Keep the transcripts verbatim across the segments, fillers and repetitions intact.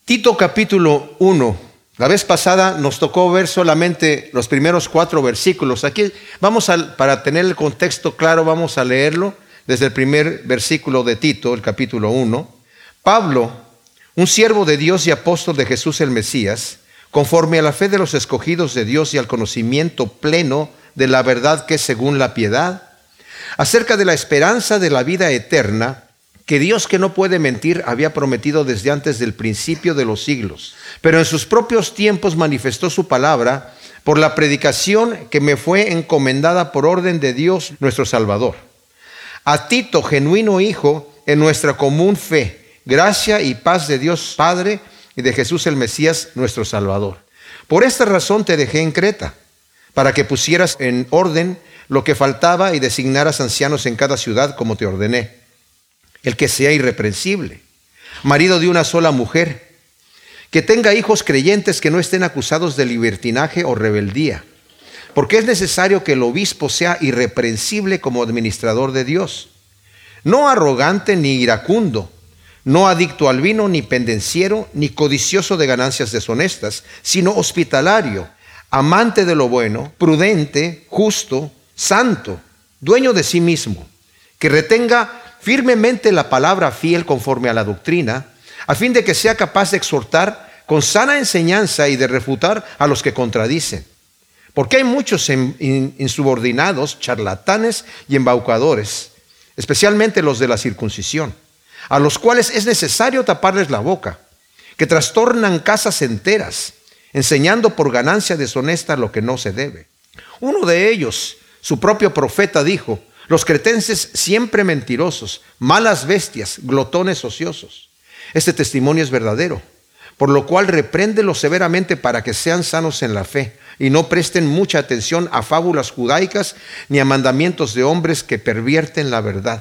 Tito capítulo uno. La vez pasada nos tocó ver solamente los primeros cuatro versículos. Aquí vamos a, para tener el contexto claro, vamos a leerlo desde el primer versículo de Tito, el capítulo uno. Pablo, un siervo de Dios y apóstol de Jesús el Mesías, conforme a la fe de los escogidos de Dios y al conocimiento pleno de la verdad que es según la piedad, acerca de la esperanza de la vida eterna, que Dios, que no puede mentir, había prometido desde antes del principio de los siglos, pero en sus propios tiempos manifestó su palabra por la predicación que me fue encomendada por orden de Dios nuestro Salvador. A Tito, genuino hijo, en nuestra común fe, gracia y paz de Dios Padre y de Jesús el Mesías nuestro Salvador. Por esta razón te dejé en Creta, para que pusieras en orden lo que faltaba y designaras ancianos en cada ciudad como te ordené. El que sea irreprensible, marido de una sola mujer, que tenga hijos creyentes que no estén acusados de libertinaje o rebeldía, porque es necesario que el obispo sea irreprensible como administrador de Dios, no arrogante ni iracundo, no adicto al vino, ni pendenciero, ni codicioso de ganancias deshonestas, sino hospitalario, amante de lo bueno, prudente, justo, santo, dueño de sí mismo, que retenga firmemente la palabra fiel conforme a la doctrina, a fin de que sea capaz de exhortar con sana enseñanza y de refutar a los que contradicen. Porque hay muchos insubordinados, charlatanes y embaucadores, especialmente los de la circuncisión, a los cuales es necesario taparles la boca, que trastornan casas enteras, enseñando por ganancia deshonesta lo que no se debe. Uno de ellos, su propio profeta, dijo: los cretenses siempre mentirosos, malas bestias, glotones ociosos. Este testimonio es verdadero, por lo cual repréndelos severamente para que sean sanos en la fe y no presten mucha atención a fábulas judaicas ni a mandamientos de hombres que pervierten la verdad.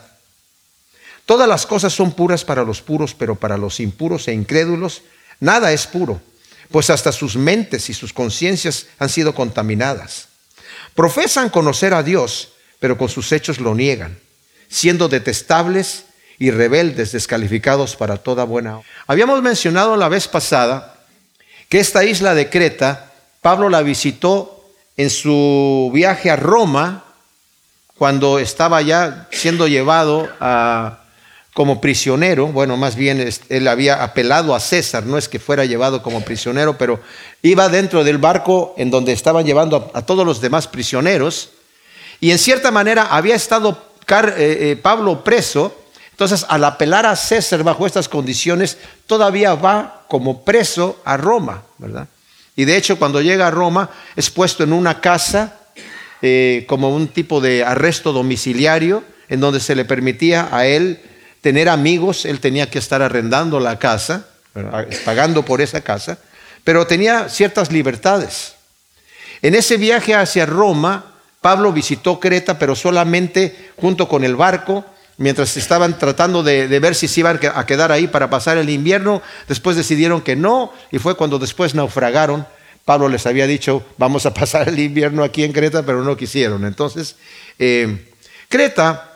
Todas las cosas son puras para los puros, pero para los impuros e incrédulos nada es puro, pues hasta sus mentes y sus conciencias han sido contaminadas. Profesan conocer a Dios, pero con sus hechos lo niegan, siendo detestables y rebeldes, descalificados para toda buena obra. Habíamos mencionado la vez pasada que esta isla de Creta, Pablo la visitó en su viaje a Roma, cuando estaba ya siendo llevado a, como prisionero. Bueno, más bien él había apelado a César, no es que fuera llevado como prisionero, pero iba dentro del barco en donde estaban llevando a, a todos los demás prisioneros. Y en cierta manera había estado Car- eh, eh, Pablo preso. Entonces, al apelar a César bajo estas condiciones, todavía va como preso a Roma, ¿verdad? Y de hecho, cuando llega a Roma, es puesto en una casa eh, como un tipo de arresto domiciliario, en donde se le permitía a él tener amigos. Él tenía que estar arrendando la casa, ¿verdad?, pagando por esa casa, pero tenía ciertas libertades. En ese viaje hacia Roma, Pablo visitó Creta, pero solamente junto con el barco, mientras estaban tratando de, de ver si se iban a quedar ahí para pasar el invierno. Después decidieron que no, y fue cuando después naufragaron. Pablo les había dicho: vamos a pasar el invierno aquí en Creta, pero no quisieron. Entonces, eh, Creta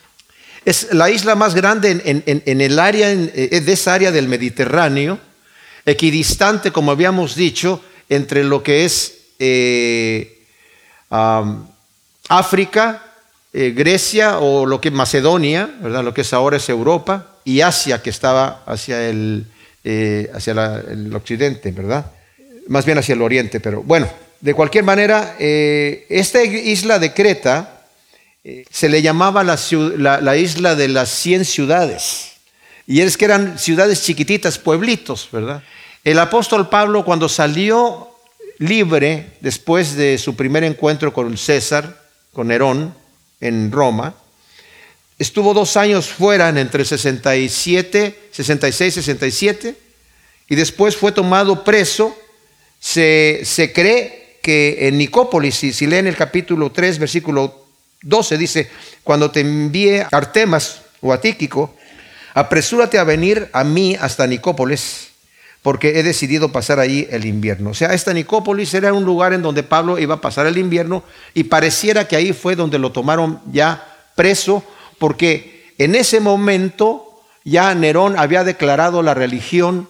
es la isla más grande en, en, en el área, en, de esa área del Mediterráneo, equidistante, como habíamos dicho, entre lo que es eh, um, África, eh, Grecia, o lo que es Macedonia, ¿verdad?, lo que es ahora es Europa, y Asia, que estaba hacia el, eh, hacia la, el occidente, ¿verdad? Más bien hacia el oriente, pero bueno, de cualquier manera, eh, esta isla de Creta eh, se le llamaba la, la, la isla de las cien ciudades, y es que eran ciudades chiquititas, pueblitos, ¿verdad? El apóstol Pablo, cuando salió libre después de su primer encuentro con César, con Nerón, en Roma, estuvo dos años fuera, entre sesenta y siete, sesenta y seis, sesenta y siete, y después fue tomado preso. Se, se cree que en Nicópolis, si, si leen el capítulo tres, versículo doce, dice: cuando te envíe Artemas o a Tíquico, apresúrate a venir a mí hasta Nicópolis, porque he decidido pasar allí el invierno. O sea, esta Nicópolis era un lugar en donde Pablo iba a pasar el invierno, y pareciera que ahí fue donde lo tomaron ya preso, porque en ese momento ya Nerón había declarado la religión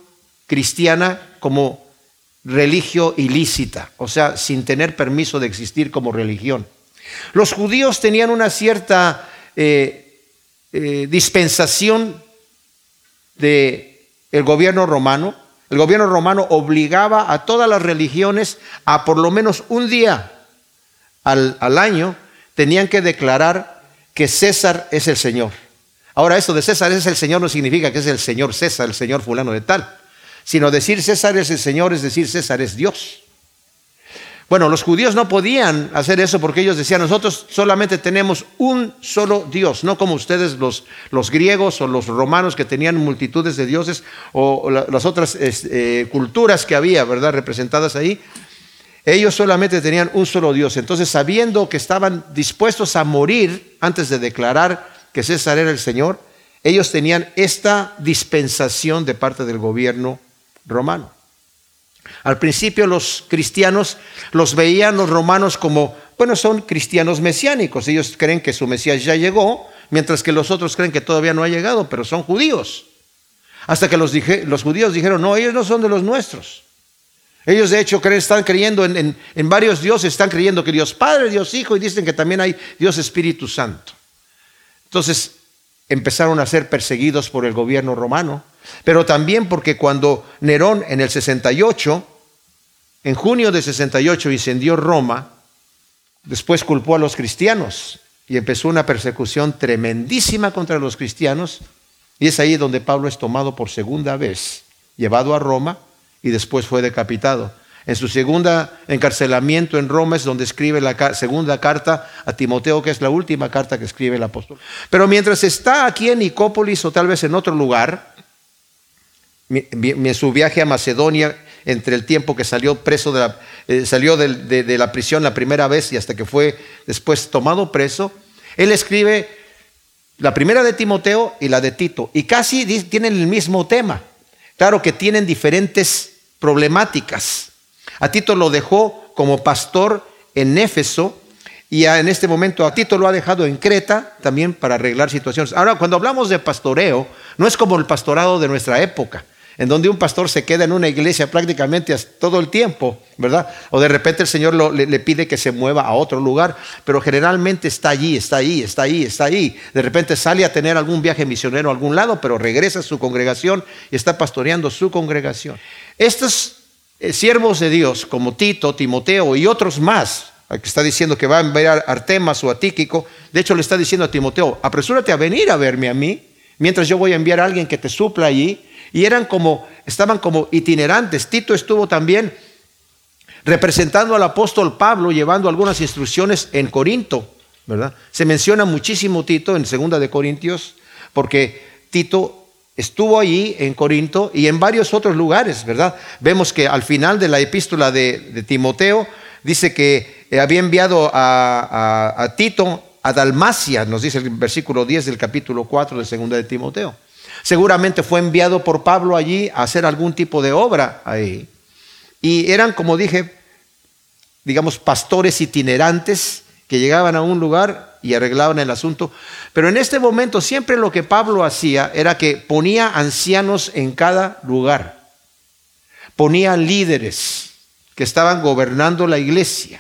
cristiana como religio ilícita, o sea, sin tener permiso de existir como religión. Los judíos tenían una cierta eh, eh, dispensación del gobierno romano. El gobierno romano obligaba a todas las religiones a por lo menos un día al, al año tenían que declarar que César es el Señor. Ahora, esto de César es el Señor no significa que es el Señor César, el Señor fulano de tal, sino decir César es el Señor es decir César es Dios. Bueno, los judíos no podían hacer eso porque ellos decían, nosotros solamente tenemos un solo Dios, no como ustedes los, los griegos o los romanos que tenían multitudes de dioses o la, las otras eh, culturas que había, ¿verdad?, representadas ahí. Ellos solamente tenían un solo Dios. Entonces, sabiendo que estaban dispuestos a morir antes de declarar que César era el Señor, ellos tenían esta dispensación de parte del gobierno romano. Al principio los cristianos los veían los romanos como, bueno, son cristianos mesiánicos. Ellos creen que su Mesías ya llegó, mientras que los otros creen que todavía no ha llegado, pero son judíos. Hasta que los, dije, los judíos dijeron, no, ellos no son de los nuestros. Ellos de hecho creen, están creyendo en, en, en varios dioses, están creyendo que Dios Padre, Dios Hijo, y dicen que también hay Dios Espíritu Santo. Entonces empezaron a ser perseguidos por el gobierno romano, pero también porque cuando Nerón en el sesenta y ocho, en junio de sesenta y ocho incendió Roma, después culpó a los cristianos y empezó una persecución tremendísima contra los cristianos, y es ahí donde Pablo es tomado por segunda vez, llevado a Roma y después fue decapitado. En su segunda encarcelamiento en Roma es donde escribe la segunda carta a Timoteo, que es la última carta que escribe el apóstol. Pero mientras está aquí en Nicópolis o tal vez en otro lugar, en su viaje a Macedonia, entre el tiempo que salió preso de la, eh, salió de, de, de la prisión la primera vez y hasta que fue después tomado preso, él escribe la primera de Timoteo y la de Tito, y casi tienen el mismo tema. Claro que tienen diferentes problemáticas. A Tito lo dejó como pastor en Éfeso y en este momento a Tito lo ha dejado en Creta también para arreglar situaciones. Ahora, cuando hablamos de pastoreo, no es como el pastorado de nuestra época, en donde un pastor se queda en una iglesia prácticamente todo el tiempo, ¿verdad? O de repente el Señor lo, le, le pide que se mueva a otro lugar, pero generalmente está allí, está ahí, está ahí, está ahí. De repente sale a tener algún viaje misionero a algún lado, pero regresa a su congregación y está pastoreando su congregación. Estos eh, siervos de Dios, como Tito, Timoteo y otros más, que está diciendo que va a enviar a Artemas o a Tíquico, de hecho le está diciendo a Timoteo, apresúrate a venir a verme a mí, mientras yo voy a enviar a alguien que te supla allí. Y eran como, estaban como itinerantes. Tito estuvo también representando al apóstol Pablo, llevando algunas instrucciones en Corinto, ¿verdad? Se menciona muchísimo Tito en segunda de Corintios, porque Tito estuvo allí en Corinto y en varios otros lugares, ¿verdad? Vemos que al final de la epístola de, de Timoteo, dice que había enviado a, a, a Tito a Dalmacia, nos dice el versículo diez del capítulo cuatro de segunda de Timoteo. Seguramente fue enviado por Pablo allí a hacer algún tipo de obra ahí. Y eran, como dije, digamos, pastores itinerantes que llegaban a un lugar y arreglaban el asunto. Pero en este momento siempre lo que Pablo hacía era que ponía ancianos en cada lugar. Ponía líderes que estaban gobernando la iglesia.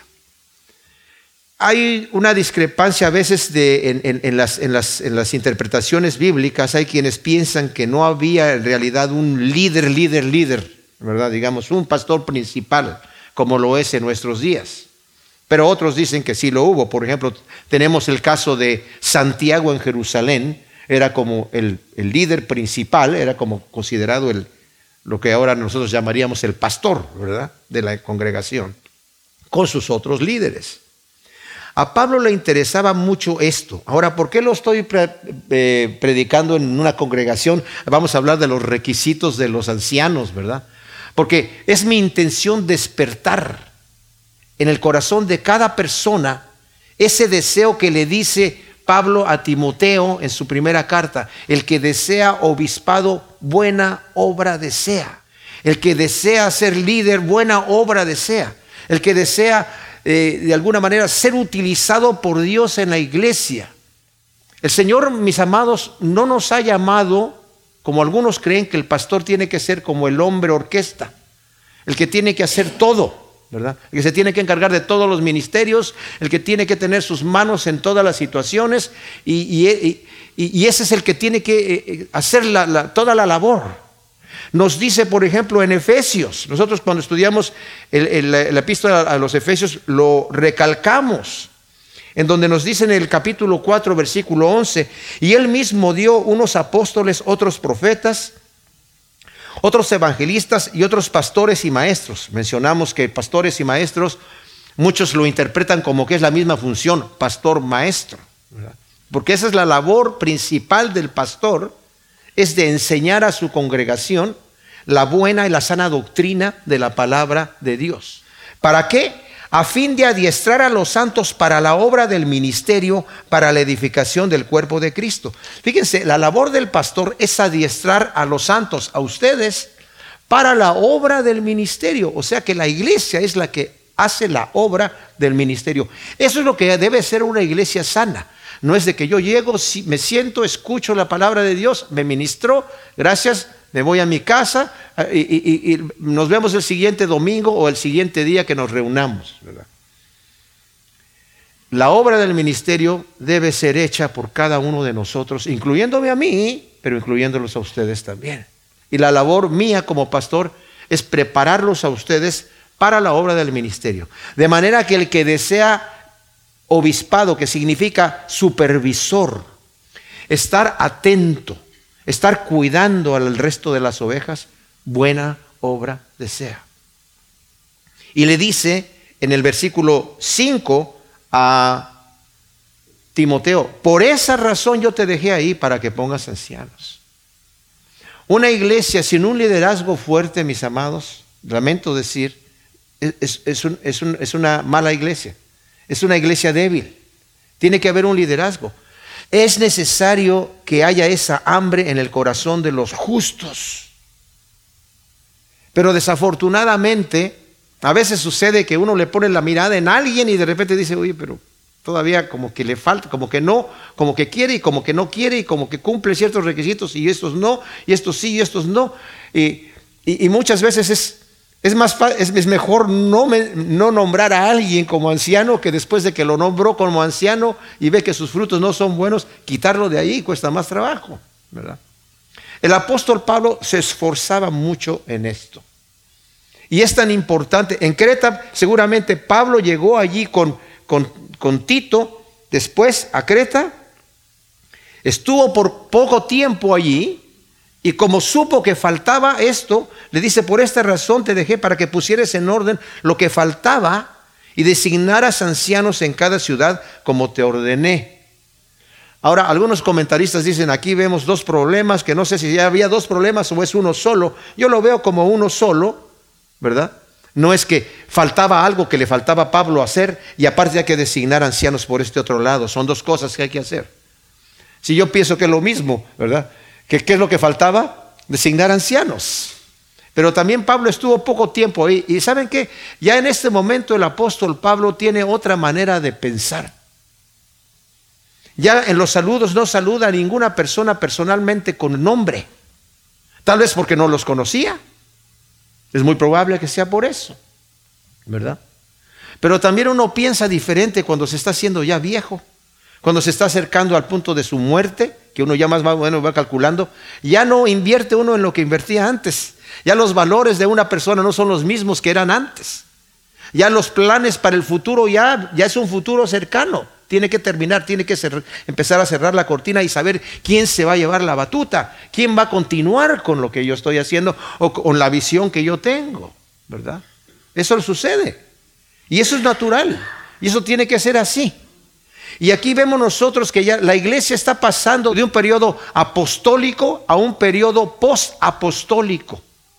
Hay una discrepancia a veces de, en, en, en, las, en, las, en las interpretaciones bíblicas. Hay quienes piensan que no había en realidad un líder, líder, líder, ¿verdad? Digamos, un pastor principal, como lo es en nuestros días. Pero otros dicen que sí lo hubo. Por ejemplo, tenemos el caso de Santiago en Jerusalén. Era como el, el líder principal, era como considerado el, lo que ahora nosotros llamaríamos el pastor, ¿verdad?, de la congregación, con sus otros líderes. A Pablo le interesaba mucho esto. Ahora, ¿por qué lo estoy pre- eh, predicando en una congregación? Vamos a hablar de los requisitos de los ancianos, ¿verdad? Porque es mi intención despertar en el corazón de cada persona ese deseo que le dice Pablo a Timoteo en su primera carta. El que desea obispado, buena obra desea. El que desea ser líder, buena obra desea. El que desea Eh, de alguna manera ser utilizado por Dios en la iglesia. El Señor, mis amados, no nos ha llamado como algunos creen que el pastor tiene que ser como el hombre orquesta, el que tiene que hacer todo, ¿verdad? El que se tiene que encargar de todos los ministerios, el que tiene que tener sus manos en todas las situaciones y, y, y, y ese es el que tiene que hacer la, la, toda la labor. Nos dice, por ejemplo, en Efesios, nosotros cuando estudiamos el, el, el epístola a los Efesios lo recalcamos, en donde nos dice en el capítulo cuatro, versículo once, y él mismo dio unos apóstoles, otros profetas, otros evangelistas y otros pastores y maestros. Mencionamos que pastores y maestros, muchos lo interpretan como que es la misma función, pastor-maestro, ¿verdad? Porque esa es la labor principal del pastor, es de enseñar a su congregación la buena y la sana doctrina de la palabra de Dios. ¿Para qué? A fin de adiestrar a los santos para la obra del ministerio, para la edificación del cuerpo de Cristo. Fíjense, la labor del pastor es adiestrar a los santos, a ustedes, para la obra del ministerio. O sea que la iglesia es la que hace la obra del ministerio. Eso es lo que debe ser una iglesia sana. No es de que yo llego, me siento, escucho la palabra de Dios, me ministró, gracias, me voy a mi casa y, y, y nos vemos el siguiente domingo o el siguiente día que nos reunamos, ¿verdad? La obra del ministerio debe ser hecha por cada uno de nosotros, incluyéndome a mí, pero incluyéndolos a ustedes también. Y la labor mía como pastor es prepararlos a ustedes para la obra del ministerio. De manera que el que desea obispado, que significa supervisor, estar atento, estar cuidando al resto de las ovejas, buena obra desea. Y le dice en el versículo cinco a Timoteo, por esa razón yo te dejé ahí para que pongas ancianos. Una iglesia sin un liderazgo fuerte, mis amados, lamento decir, es, es, un, es, un, es una mala iglesia. Es una iglesia débil. Tiene que haber un liderazgo. Es necesario que haya esa hambre en el corazón de los justos. Pero desafortunadamente, a veces sucede que uno le pone la mirada en alguien y de repente dice, oye, pero todavía como que le falta, como que no, como que quiere y como que no quiere y como que cumple ciertos requisitos y estos no, y estos sí y estos no. Y, y, y muchas veces es... Es, más, es, es mejor no, me, no nombrar a alguien como anciano que después de que lo nombró como anciano y ve que sus frutos no son buenos, quitarlo de ahí cuesta más trabajo, ¿verdad? El apóstol Pablo se esforzaba mucho en esto. Y es tan importante. En Creta seguramente Pablo llegó allí con, con, con Tito, después a Creta, estuvo por poco tiempo allí. Y como supo que faltaba esto, le dice, por esta razón te dejé para que pusieras en orden lo que faltaba y designaras ancianos en cada ciudad como te ordené. Ahora, algunos comentaristas dicen, aquí vemos dos problemas, que no sé si ya había dos problemas o es uno solo. Yo lo veo como uno solo, ¿verdad? No es que faltaba algo que le faltaba a Pablo hacer y aparte hay que designar ancianos por este otro lado. Son dos cosas que hay que hacer. Si yo pienso que es lo mismo, ¿verdad? ¿Qué, ¿Qué es lo que faltaba? Designar ancianos. Pero también Pablo estuvo poco tiempo ahí. Y ¿saben qué? Ya en este momento el apóstol Pablo tiene otra manera de pensar. Ya en los saludos no saluda a ninguna persona personalmente con nombre. Tal vez porque no los conocía. Es muy probable que sea por eso, ¿verdad? Pero también uno piensa diferente cuando se está haciendo ya viejo. Cuando se está acercando al punto de su muerte, que uno ya más va, bueno, va calculando, ya no invierte uno en lo que invertía antes. Ya los valores de una persona no son los mismos que eran antes. Ya los planes para el futuro ya, ya es un futuro cercano. Tiene que terminar, tiene que cerrar, empezar a cerrar la cortina y saber quién se va a llevar la batuta, quién va a continuar con lo que yo estoy haciendo o con la visión que yo tengo, ¿verdad? Eso sucede. Y eso es natural. Y eso tiene que ser así. Y aquí vemos nosotros que ya la iglesia está pasando de un periodo apostólico a un periodo post-apostólico.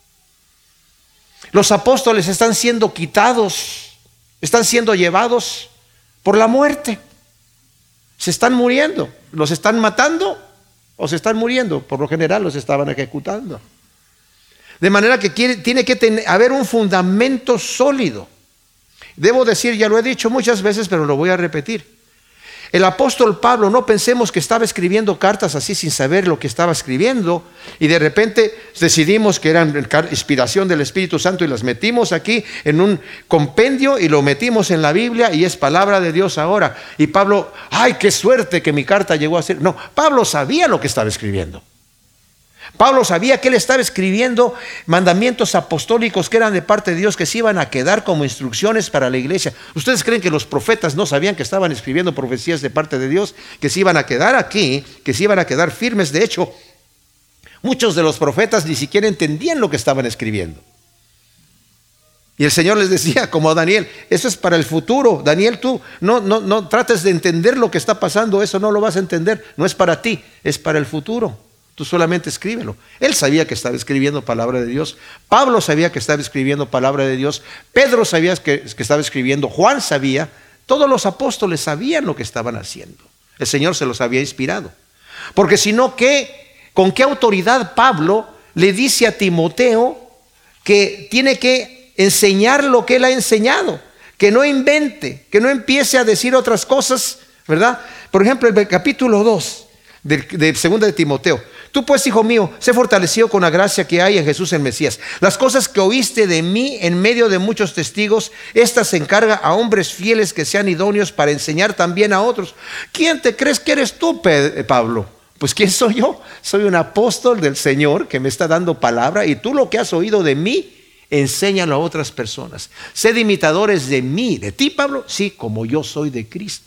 Los apóstoles están siendo quitados, están siendo llevados por la muerte. Se están muriendo, los están matando o se están muriendo. Por lo general los estaban ejecutando. De manera que quiere, tiene que tener, haber un fundamento sólido. Debo decir, ya lo he dicho muchas veces, pero lo voy a repetir. El apóstol Pablo, no pensemos que estaba escribiendo cartas así sin saber lo que estaba escribiendo y de repente decidimos que eran inspiración del Espíritu Santo y las metimos aquí en un compendio y lo metimos en la Biblia y es palabra de Dios ahora. Y Pablo, ay, qué suerte que mi carta llegó a ser. No, Pablo sabía lo que estaba escribiendo. Pablo sabía que él estaba escribiendo mandamientos apostólicos que eran de parte de Dios, que se iban a quedar como instrucciones para la iglesia. ¿Ustedes creen que los profetas no sabían que estaban escribiendo profecías de parte de Dios, que se iban a quedar aquí, que se iban a quedar firmes? De hecho, muchos de los profetas ni siquiera entendían lo que estaban escribiendo. Y el Señor les decía, como a Daniel, eso es para el futuro. Daniel, tú no, no, no trates de entender lo que está pasando, eso no lo vas a entender, no es para ti, es para el futuro. Tú solamente escríbelo. Él sabía que estaba escribiendo palabra de Dios. Pablo sabía que estaba escribiendo palabra de Dios. Pedro sabía que, que estaba escribiendo. Juan sabía. Todos los apóstoles sabían lo que estaban haciendo. El Señor se los había inspirado. Porque si no, ¿qué? ¿Con qué autoridad Pablo le dice a Timoteo que tiene que enseñar lo que él ha enseñado? Que no invente, que no empiece a decir otras cosas, ¿verdad? Por ejemplo, el capítulo dos de, de segunda de Timoteo. Tú pues, hijo mío, sé fortalecido con la gracia que hay en Jesús el Mesías. Las cosas que oíste de mí en medio de muchos testigos, estas se encarga a hombres fieles que sean idóneos para enseñar también a otros. ¿Quién te crees que eres tú, Pablo? Pues ¿quién soy yo? Soy un apóstol del Señor que me está dando palabra y tú lo que has oído de mí, enséñalo a otras personas. Sed imitadores de mí, de ti, Pablo, sí, como yo soy de Cristo.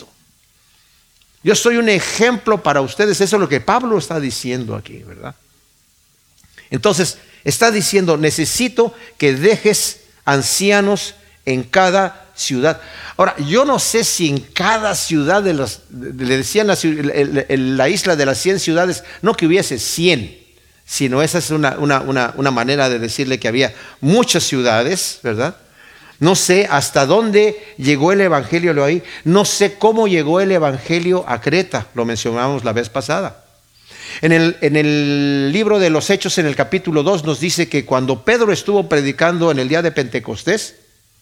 Yo soy un ejemplo para ustedes. Eso es lo que Pablo está diciendo aquí, ¿verdad? Entonces, está diciendo, necesito que dejes ancianos en cada ciudad. Ahora, yo no sé si en cada ciudad, de las, le decían la, la isla de las cien ciudades, no que hubiese cien, sino esa es una, una, una, una manera de decirle que había muchas ciudades, ¿verdad? No sé hasta dónde llegó el evangelio ahí. No sé cómo llegó el evangelio a Creta. Lo mencionamos la vez pasada. En el, en el libro de los Hechos, en el capítulo dos, nos dice que cuando Pedro estuvo predicando en el día de Pentecostés,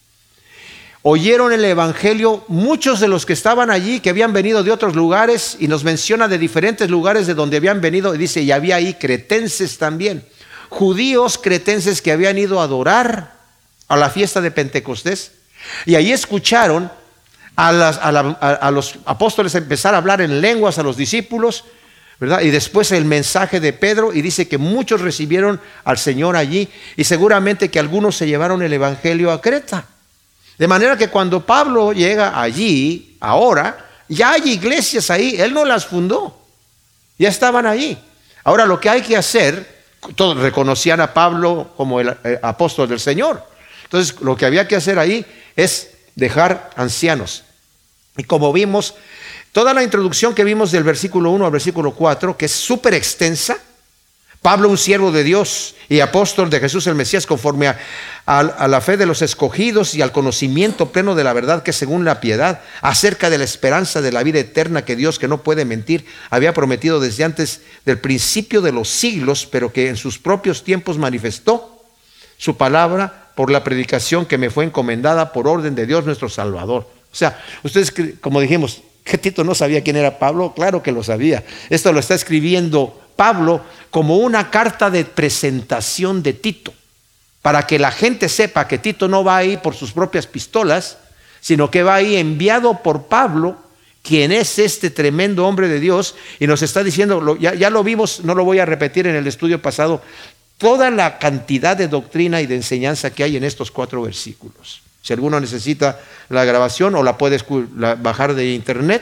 oyeron el evangelio muchos de los que estaban allí, que habían venido de otros lugares, y nos menciona de diferentes lugares de donde habían venido. Y dice, y había ahí cretenses también. Judíos cretenses que habían ido a adorar a la fiesta de Pentecostés, y ahí escucharon a, las, a, la, a, a los apóstoles empezar a hablar en lenguas a los discípulos, ¿verdad? Y después el mensaje de Pedro, y dice que muchos recibieron al Señor allí, y seguramente que algunos se llevaron el evangelio a Creta. De manera que cuando Pablo llega allí, ahora, ya hay iglesias ahí, él no las fundó, ya estaban allí. Ahora lo que hay que hacer, todos reconocían a Pablo como el eh, apóstol del Señor. Entonces, lo que había que hacer ahí es dejar ancianos. Y como vimos, toda la introducción que vimos del versículo uno al versículo cuatro, que es súper extensa, Pablo, un siervo de Dios y apóstol de Jesús el Mesías, conforme a, a, a la fe de los escogidos y al conocimiento pleno de la verdad que según la piedad, acerca de la esperanza de la vida eterna que Dios, que no puede mentir, había prometido desde antes del principio de los siglos, pero que en sus propios tiempos manifestó su palabra por la predicación que me fue encomendada por orden de Dios nuestro Salvador. O sea, ustedes, como dijimos, ¿que Tito no sabía quién era Pablo? Claro que lo sabía. Esto lo está escribiendo Pablo como una carta de presentación de Tito, para que la gente sepa que Tito no va ahí por sus propias pistolas, sino que va ahí enviado por Pablo, quien es este tremendo hombre de Dios, y nos está diciendo, ya, ya lo vimos, no lo voy a repetir en el estudio pasado, toda la cantidad de doctrina y de enseñanza que hay en estos cuatro versículos. Si alguno necesita la grabación o la puede bajar de internet,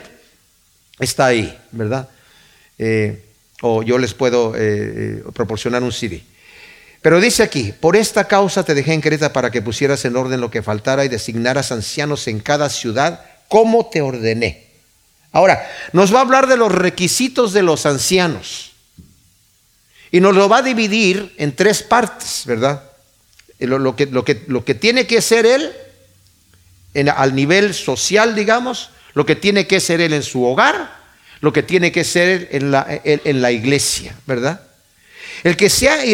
está ahí, ¿verdad? Eh, o yo les puedo eh, proporcionar un C D. Pero dice aquí, por esta causa te dejé en Creta para que pusieras en orden lo que faltara y designaras ancianos en cada ciudad, como te ordené. Ahora, nos va a hablar de los requisitos de los ancianos. Y nos lo va a dividir en tres partes, ¿verdad? Lo, lo, que, lo, que, lo que tiene que ser él en, al nivel social, digamos, lo que tiene que ser él en su hogar, lo que tiene que ser en la, en, en la iglesia, ¿verdad? El que sea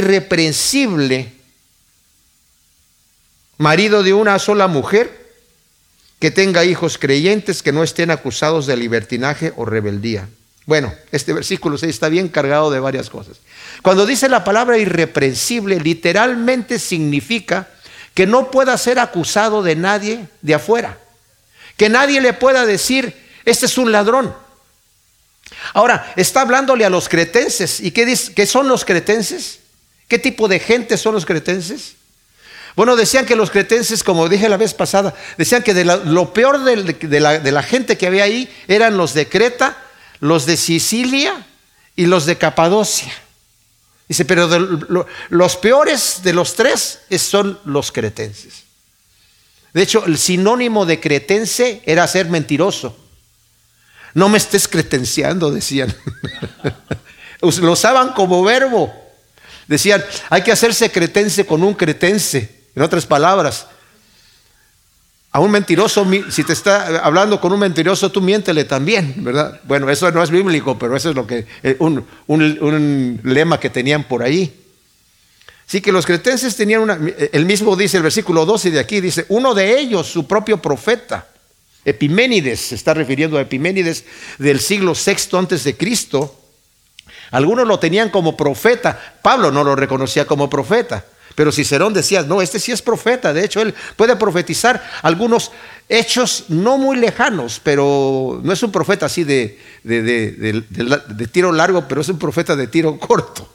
irreprensible, marido de una sola mujer, que tenga hijos creyentes que no estén acusados de libertinaje o rebeldía. Bueno, este versículo seis está bien cargado de varias cosas. Cuando dice la palabra irreprensible, literalmente significa que no pueda ser acusado de nadie de afuera. Que nadie le pueda decir, este es un ladrón. Ahora, está hablándole a los cretenses. ¿Y qué, dice, qué son los cretenses? ¿Qué tipo de gente son los cretenses? Bueno, decían que los cretenses, como dije la vez pasada, decían que de la, lo peor de, de, la, de la gente que había ahí eran los de Creta, los de Sicilia y los de Capadocia. Dice, pero de, lo, los peores de los tres son los cretenses. De hecho, el sinónimo de cretense era ser mentiroso. No me estés cretenciando, decían. Lo usaban como verbo. Decían, hay que hacerse cretense con un cretense. En otras palabras, a un mentiroso, si te está hablando con un mentiroso, tú miéntele también, ¿verdad? Bueno, eso no es bíblico, pero eso es lo que un, un, un lema que tenían por ahí. Así que los cretenses tenían una, el mismo dice el versículo doce de aquí, dice, uno de ellos, su propio profeta, Epiménides, se está refiriendo a Epiménides del siglo sexto antes de Cristo. Algunos lo tenían como profeta. Pablo no lo reconocía como profeta, pero Cicerón decía, no, este sí es profeta. De hecho, él puede profetizar algunos hechos no muy lejanos, pero no es un profeta así de, de, de, de, de, de tiro largo, pero es un profeta de tiro corto.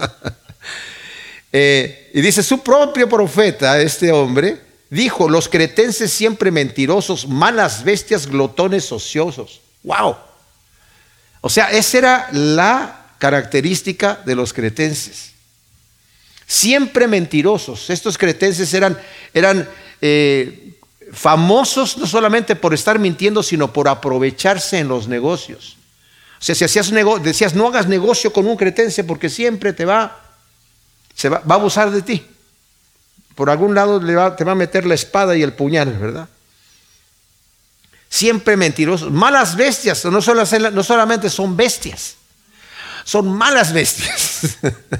eh, y dice, su propio profeta, este hombre, dijo, los cretenses siempre mentirosos, malas bestias, glotones, ociosos. ¡Wow! O sea, esa era la característica de los cretenses. Siempre mentirosos. Estos cretenses eran, eran eh, famosos no solamente por estar mintiendo, sino por aprovecharse en los negocios. O sea, si hacías nego- decías, no hagas negocio con un cretense porque siempre te va, se va, va a abusar de ti. Por algún lado le va, te va a meter la espada y el puñal, ¿verdad? Siempre mentirosos. Malas bestias, no, solo, no solamente son bestias, son malas bestias.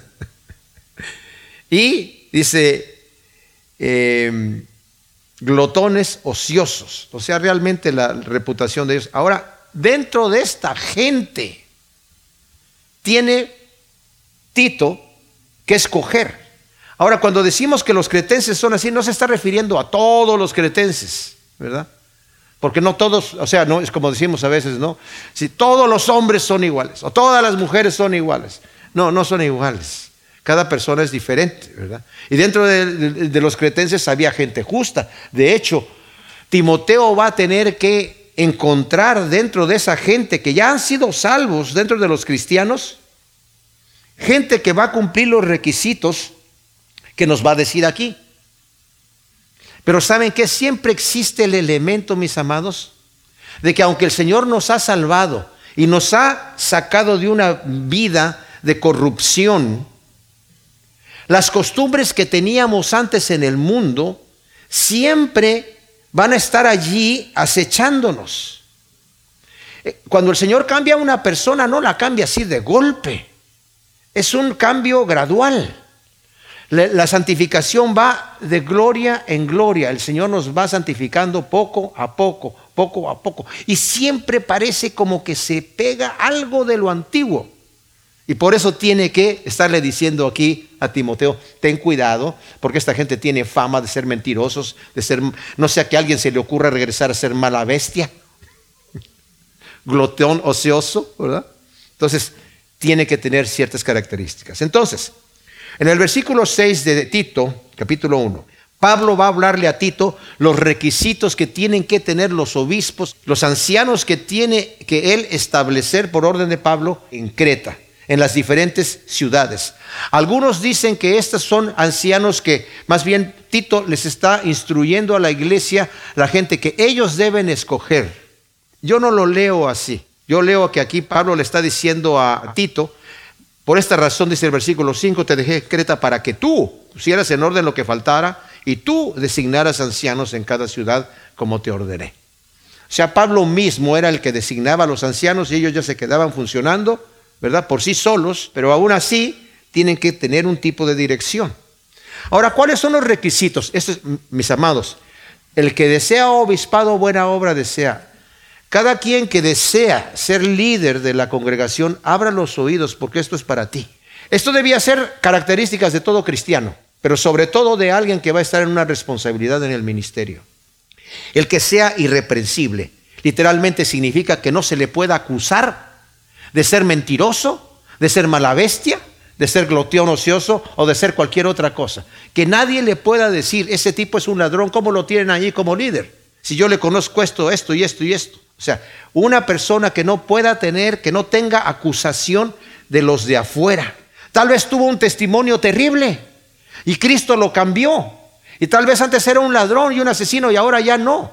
Y dice, eh, glotones ociosos. O sea, realmente la reputación de ellos. Ahora, dentro de esta gente, tiene Tito que escoger. Ahora, cuando decimos que los cretenses son así, no se está refiriendo a todos los cretenses, ¿verdad? Porque no todos, o sea, no es como decimos a veces, ¿no? Si todos los hombres son iguales o todas las mujeres son iguales. No, no son iguales. Cada persona es diferente, ¿verdad? Y dentro de, de, de los cretenses había gente justa. De hecho, Timoteo va a tener que encontrar dentro de esa gente que ya han sido salvos, dentro de los cristianos, gente que va a cumplir los requisitos que nos va a decir aquí. Pero ¿saben qué? Siempre existe el elemento, mis amados, de que aunque el Señor nos ha salvado y nos ha sacado de una vida de corrupción, las costumbres que teníamos antes en el mundo siempre van a estar allí acechándonos. Cuando el Señor cambia a una persona, no la cambia así de golpe. Es un cambio gradual. La santificación va de gloria en gloria. El Señor nos va santificando poco a poco, poco a poco. Y siempre parece como que se pega algo de lo antiguo. Y por eso tiene que estarle diciendo aquí a Timoteo, ten cuidado, porque esta gente tiene fama de ser mentirosos, de ser, no sea que a alguien se le ocurra regresar a ser mala bestia, glotón ocioso, ¿verdad? Entonces, tiene que tener ciertas características. Entonces, en el versículo seis de Tito, capítulo uno, Pablo va a hablarle a Tito los requisitos que tienen que tener los obispos, los ancianos que tiene que él establecer por orden de Pablo en Creta, en las diferentes ciudades. Algunos dicen que estos son ancianos que más bien Tito les está instruyendo a la iglesia, la gente que ellos deben escoger. Yo no lo leo así. Yo leo que aquí Pablo le está diciendo a Tito, por esta razón dice el versículo cinco, te dejé Creta para que tú pusieras en orden lo que faltara y tú designaras ancianos en cada ciudad como te ordené. O sea, Pablo mismo era el que designaba a los ancianos y ellos ya se quedaban funcionando, ¿verdad? Por sí solos, pero aún así tienen que tener un tipo de dirección. Ahora, ¿cuáles son los requisitos? Estos, mis amados, El que desea obispado, buena obra desea. Cada quien que desea ser líder de la congregación, abra los oídos porque esto es para ti. Esto debía ser características de todo cristiano, pero sobre todo de alguien que va a estar en una responsabilidad en el ministerio. El que sea irreprensible, literalmente significa que no se le pueda acusar de ser mentiroso, de ser mala bestia, de ser gloteón ocioso o de ser cualquier otra cosa. Que nadie le pueda decir, ese tipo es un ladrón, ¿cómo lo tienen allí como líder? Si yo le conozco esto, esto y esto y esto. O sea, una persona que no pueda tener, que no tenga acusación de los de afuera. Tal vez tuvo un testimonio terrible y Cristo lo cambió. Y tal vez antes era un ladrón y un asesino y ahora ya no.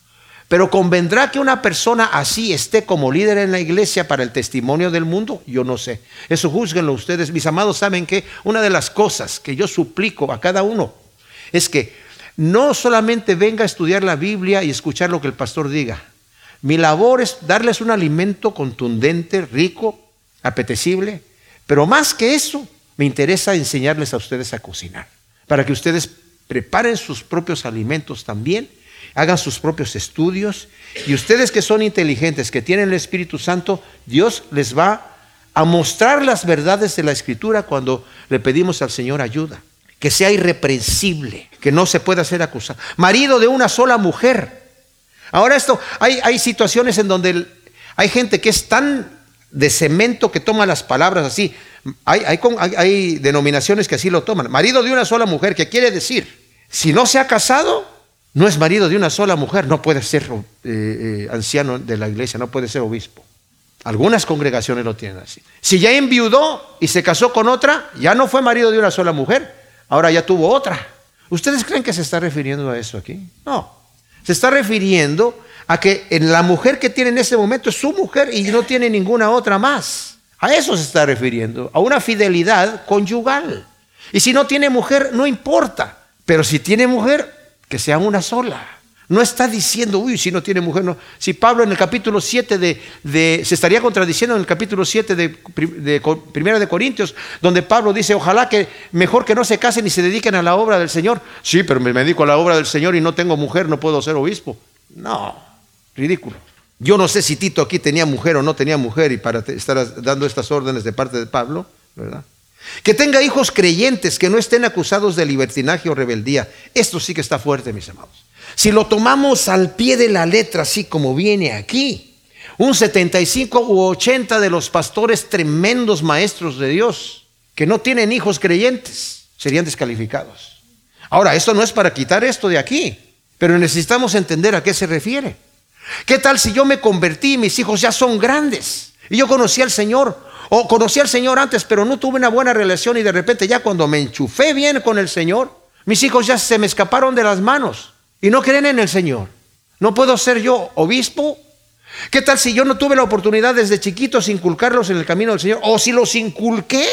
Pero convendrá que una persona así esté como líder en la iglesia para el testimonio del mundo. Yo no sé. Eso júzguenlo ustedes. Mis amados, saben que una de las cosas que yo suplico a cada uno es que no solamente venga a estudiar la Biblia y escuchar lo que el pastor diga. Mi labor es darles un alimento contundente, rico, apetecible. Pero más que eso, me interesa enseñarles a ustedes a cocinar. Para que ustedes preparen sus propios alimentos también, hagan sus propios estudios. Y ustedes que son inteligentes, que tienen el Espíritu Santo, Dios les va a mostrar las verdades de la Escritura cuando le pedimos al Señor ayuda. Que sea irreprensible, que no se pueda ser acusado. Marido de una sola mujer. Ahora esto, hay, hay situaciones en donde el, hay gente que es tan de cemento que toma las palabras así. Hay, hay, hay, hay denominaciones que así lo toman. Marido de una sola mujer, ¿qué quiere decir? Si no se ha casado, no es marido de una sola mujer, no puede ser eh, eh, anciano de la iglesia, no puede ser obispo. Algunas congregaciones lo tienen así. Si ya enviudó y se casó con otra, ya no fue marido de una sola mujer, ahora ya tuvo otra. ¿Ustedes creen que se está refiriendo a eso aquí? No. Se está refiriendo a que en la mujer que tiene en ese momento es su mujer y no tiene ninguna otra más. A eso se está refiriendo, a una fidelidad conyugal. Y si no tiene mujer, no importa. Pero si tiene mujer, que sea una sola. No está diciendo, uy, si no tiene mujer, no. Si Pablo en el capítulo siete de, de se estaría contradiciendo en el capítulo siete de, de, de Primera de Corintios, donde Pablo dice, ojalá que mejor que no se casen y se dediquen a la obra del Señor. Sí, pero me dedico a la obra del Señor y no tengo mujer, no puedo ser obispo. No, ridículo. Yo no sé si Tito aquí tenía mujer o no tenía mujer y para estar dando estas órdenes de parte de Pablo, ¿verdad? Que tenga hijos creyentes, que no estén acusados de libertinaje o rebeldía. Esto sí que está fuerte, mis amados. Si lo tomamos al pie de la letra, así como viene aquí, un setenta y cinco u ochenta de los pastores tremendos maestros de Dios que no tienen hijos creyentes serían descalificados. Ahora, esto no es para quitar esto de aquí, pero necesitamos entender a qué se refiere. ¿Qué tal si yo me convertí y mis hijos ya son grandes y yo conocí al Señor? O conocí al Señor antes, pero no tuve una buena relación y de repente ya cuando me enchufé bien con el Señor, mis hijos ya se me escaparon de las manos y no creen en el Señor. ¿No puedo ser yo obispo? ¿Qué tal si yo no tuve la oportunidad desde chiquitos inculcarlos en el camino del Señor? O si los inculqué,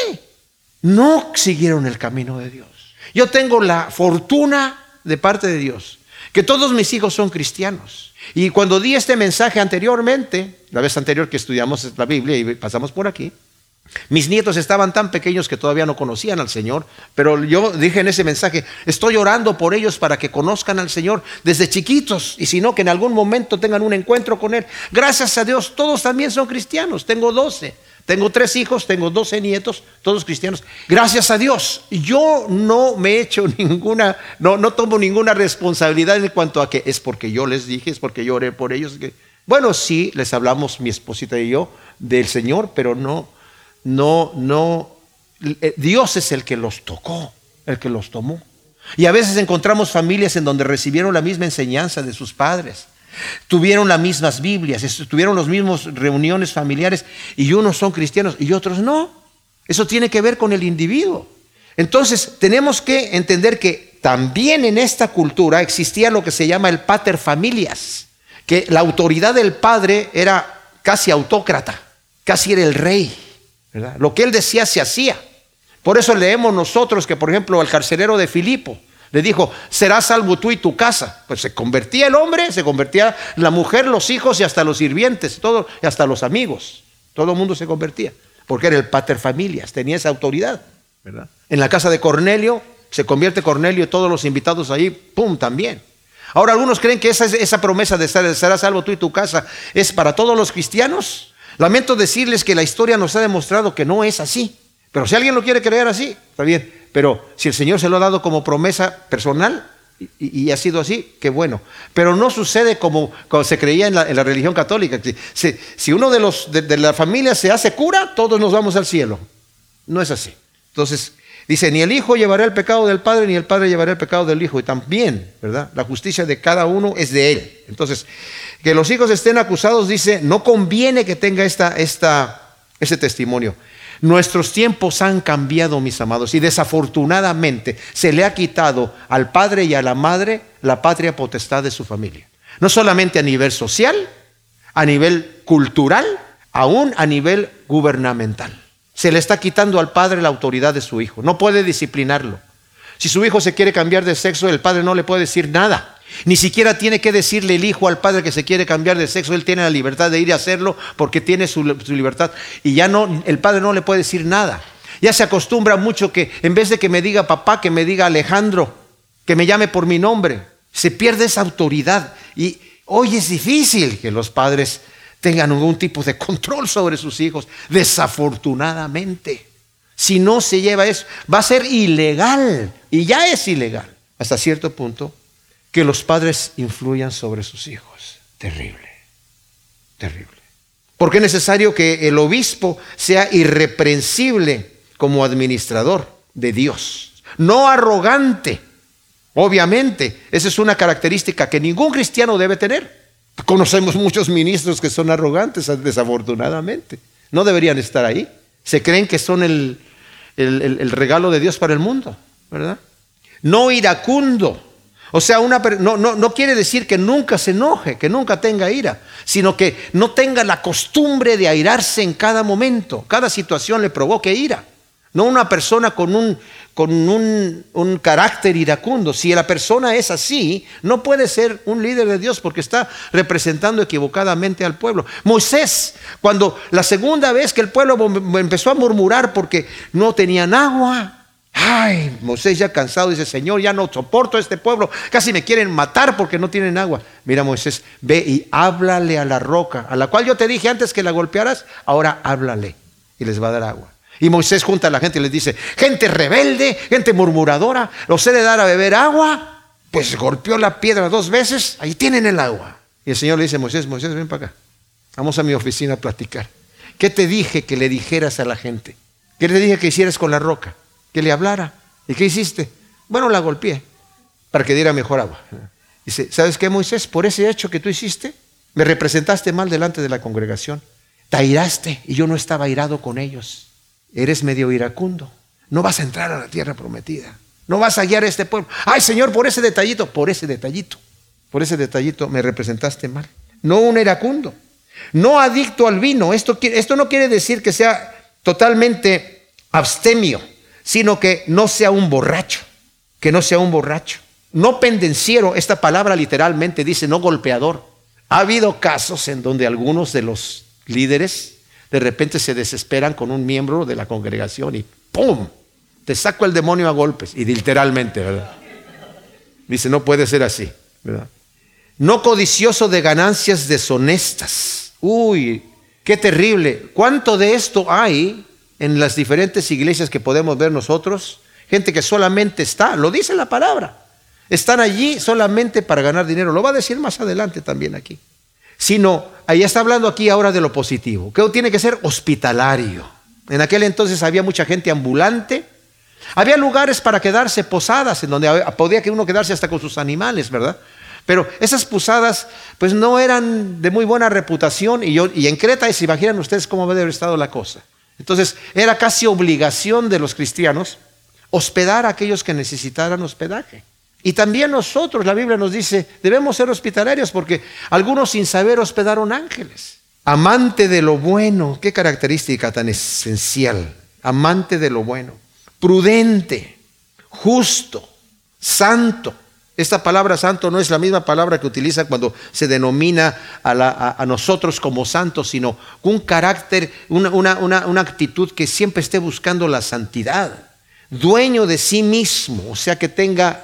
no siguieron el camino de Dios. Yo tengo la fortuna de parte de Dios, que todos mis hijos son cristianos. Y cuando di este mensaje anteriormente, la vez anterior que estudiamos la Biblia y pasamos por aquí, mis nietos estaban tan pequeños que todavía no conocían al Señor, pero yo dije en ese mensaje, estoy orando por ellos para que conozcan al Señor desde chiquitos, y si no, que en algún momento tengan un encuentro con Él. Gracias a Dios, todos también son cristianos. Tengo doce, tengo tres hijos, tengo doce nietos, todos cristianos. Gracias a Dios. Yo no me he hecho ninguna, no, no tomo ninguna responsabilidad en cuanto a que es porque yo les dije, es porque yo oré por ellos. Bueno, sí, les hablamos mi esposita y yo del Señor, pero no, no, no, Dios es el que los tocó, el que los tomó. Y a veces encontramos familias en donde recibieron la misma enseñanza de sus padres, tuvieron las mismas Biblias, tuvieron las mismas reuniones familiares y unos son cristianos y otros no. Eso tiene que ver con el individuo. Entonces tenemos que entender que también en esta cultura existía lo que se llama el pater familias, que la autoridad del padre era casi autócrata, casi era el rey, ¿verdad? Lo que él decía se hacía. Por eso leemos nosotros que, por ejemplo, al carcelero de Filipo le dijo, serás salvo tú y tu casa. Pues se convertía el hombre, se convertía la mujer, los hijos y hasta los sirvientes, todo, y hasta los amigos. Todo el mundo se convertía, porque era el pater familias, tenía esa autoridad, ¿verdad? En la casa de Cornelio, se convierte Cornelio y todos los invitados ahí, ¡pum!, también. Ahora, algunos creen que esa, esa promesa de ser, serás salvo tú y tu casa es para todos los cristianos. Lamento decirles que la historia nos ha demostrado que no es así. Pero si alguien lo quiere creer así, está bien. Pero si el Señor se lo ha dado como promesa personal y, y ha sido así, qué bueno. Pero no sucede como, como se creía en la, en la religión católica. Que si, si uno de, los, de, de la familia se hace cura, todos nos vamos al cielo. No es así. Entonces, dice, ni el Hijo llevará el pecado del Padre, ni el Padre llevará el pecado del Hijo. Y también, ¿verdad? La justicia de cada uno es de Él. Entonces, que los hijos estén acusados, dice, no conviene que tenga esta, esta, este testimonio. Nuestros tiempos han cambiado, mis amados, y desafortunadamente se le ha quitado al padre y a la madre la patria potestad de su familia. No solamente a nivel social, a nivel cultural, aún a nivel gubernamental. Se le está quitando al padre la autoridad de su hijo. No puede disciplinarlo. Si su hijo se quiere cambiar de sexo, el padre no le puede decir nada. Ni siquiera tiene que decirle el hijo al padre que se quiere cambiar de sexo. Él tiene la libertad de ir a hacerlo porque tiene su, su libertad. Y ya no, el padre no le puede decir nada. Ya se acostumbra mucho que en vez de que me diga papá, que me diga Alejandro, que me llame por mi nombre. Se pierde esa autoridad. Y hoy es difícil que los padres tengan algún tipo de control sobre sus hijos. Desafortunadamente. Si no se lleva eso, va a ser ilegal. Y ya es ilegal. Hasta cierto punto. Que los padres influyan sobre sus hijos. Terrible, terrible. Porque es necesario que el obispo sea irreprensible como administrador de Dios. No arrogante, obviamente. Esa es una característica que ningún cristiano debe tener. Conocemos muchos ministros que son arrogantes, desafortunadamente. No deberían estar ahí. Se creen que son el, el, el, el regalo de Dios para el mundo, ¿verdad? No iracundo. O sea, una, no, no, no quiere decir que nunca se enoje, que nunca tenga ira, sino que no tenga la costumbre de airarse en cada momento. Cada situación le provoque ira. No una persona con un, con un, un carácter iracundo. Si la persona es así, no puede ser un líder de Dios porque está representando equivocadamente al pueblo. Moisés, cuando la segunda vez que el pueblo empezó a murmurar porque no tenían agua, ay, Moisés ya cansado dice, Señor, ya no soporto a este pueblo, casi me quieren matar porque no tienen agua. Mira, Moisés, ve y háblale a la roca, a la cual yo te dije antes que la golpearas, ahora háblale y les va a dar agua. Y Moisés junta a la gente y les dice, gente rebelde, gente murmuradora, ¿los he de dar a beber agua? Pues golpeó la piedra dos veces, ahí tienen el agua. Y el Señor le dice, Moisés, Moisés, ven para acá, vamos a mi oficina a platicar. ¿Qué te dije que le dijeras a la gente? ¿Qué te dije que hicieras con la roca? Que le hablara. ¿Y qué hiciste? Bueno, la golpeé para que diera mejor agua. Dice, ¿sabes qué, Moisés? Por ese hecho que tú hiciste, me representaste mal delante de la congregación. Te airaste y yo no estaba airado con ellos. Eres medio iracundo. No vas a entrar a la tierra prometida. No vas a guiar a este pueblo. Ay, Señor, por ese detallito, por ese detallito, por ese detallito me representaste mal. No un iracundo. No adicto al vino. Esto, esto no quiere decir que sea totalmente abstemio, sino que no sea un borracho, que no sea un borracho. No pendenciero, esta palabra literalmente dice no golpeador. Ha habido casos en donde algunos de los líderes de repente se desesperan con un miembro de la congregación y ¡pum! Te saco el demonio a golpes, y literalmente, ¿verdad? Dice, no puede ser así, ¿verdad? No codicioso de ganancias deshonestas. Uy, qué terrible. ¿Cuánto de esto hay en las diferentes iglesias que podemos ver nosotros? Gente que solamente está, lo dice la palabra, están allí solamente para ganar dinero. Lo va a decir más adelante también aquí. Sino, ahí está hablando aquí ahora de lo positivo, que tiene que ser hospitalario. En aquel entonces había mucha gente ambulante. Había lugares para quedarse, posadas, en donde podía que uno quedarse hasta con sus animales, ¿verdad? Pero esas posadas pues no eran de muy buena reputación. Y, yo, y en Creta, se imaginan ustedes cómo debe haber estado la cosa. Entonces era casi obligación de los cristianos hospedar a aquellos que necesitaran hospedaje. Y también nosotros, la Biblia nos dice, debemos ser hospitalarios porque algunos sin saber hospedaron ángeles. Amante de lo bueno, qué característica tan esencial. Amante de lo bueno, prudente, justo, santo. Esta palabra santo no es la misma palabra que utiliza cuando se denomina a, la, a, a nosotros como santos, sino un carácter, una, una, una, una actitud que siempre esté buscando la santidad. Dueño de sí mismo, o sea que tenga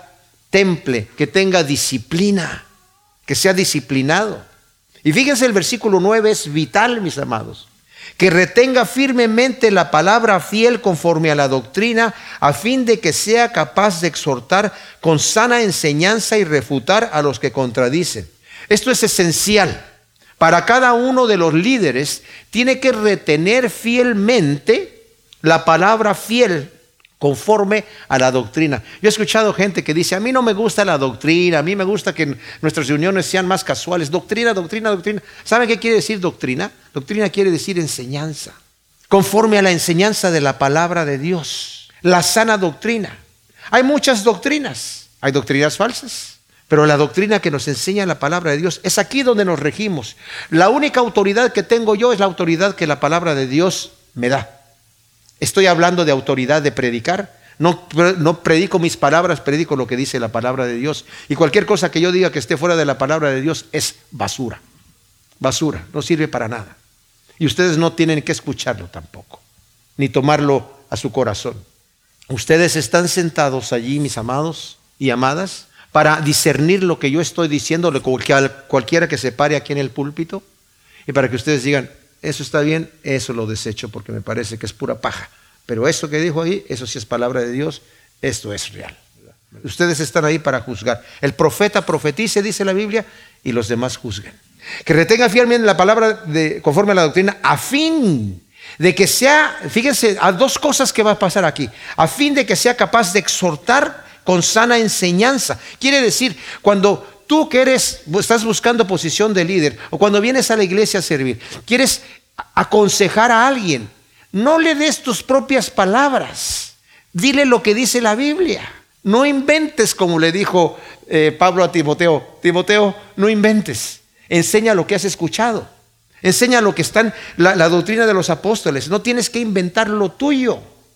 temple, que tenga disciplina, que sea disciplinado. Y fíjense, el versículo nueve es vital, mis amados. Que retenga firmemente la palabra fiel conforme a la doctrina, a fin de que sea capaz de exhortar con sana enseñanza y refutar a los que contradicen. Esto es esencial. Para cada uno de los líderes tiene que retener fielmente la palabra fiel conforme a la doctrina. Yo he escuchado gente que dice, a mí no me gusta la doctrina, a mí me gusta que nuestras reuniones sean más casuales. Doctrina, doctrina, doctrina. ¿Saben qué quiere decir doctrina? Doctrina quiere decir enseñanza. Conforme a la enseñanza de la palabra de Dios. La sana doctrina. Hay muchas doctrinas. Hay doctrinas falsas. Pero la doctrina que nos enseña la palabra de Dios es aquí donde nos regimos. La única autoridad que tengo yo es la autoridad que la palabra de Dios me da. Estoy hablando de autoridad de predicar. No, no predico mis palabras, predico lo que dice la palabra de Dios. Y cualquier cosa que yo diga que esté fuera de la palabra de Dios es basura. Basura, no sirve para nada. Y ustedes no tienen que escucharlo tampoco, ni tomarlo a su corazón. Ustedes están sentados allí, mis amados y amadas, para discernir lo que yo estoy diciéndole a cualquiera que se pare aquí en el púlpito, y para que ustedes digan, eso está bien, eso lo desecho porque me parece que es pura paja. Pero eso que dijo ahí, eso sí es palabra de Dios, esto es real. Ustedes están ahí para juzgar. El profeta profetice, dice la Biblia, y los demás juzguen. Que retenga fielmente la palabra de, conforme a la doctrina, a fin de que sea, fíjense, a dos cosas que va a pasar aquí, a fin de que sea capaz de exhortar con sana enseñanza. Quiere decir, cuando tú que eres, estás buscando posición de líder, o cuando vienes a la iglesia a servir, quieres aconsejar a alguien, no le des tus propias palabras, dile lo que dice la Biblia. No inventes, como le dijo eh, Pablo a Timoteo. Timoteo, no inventes, enseña lo que has escuchado, enseña lo que está en la, la doctrina de los apóstoles, no tienes que inventar lo tuyo.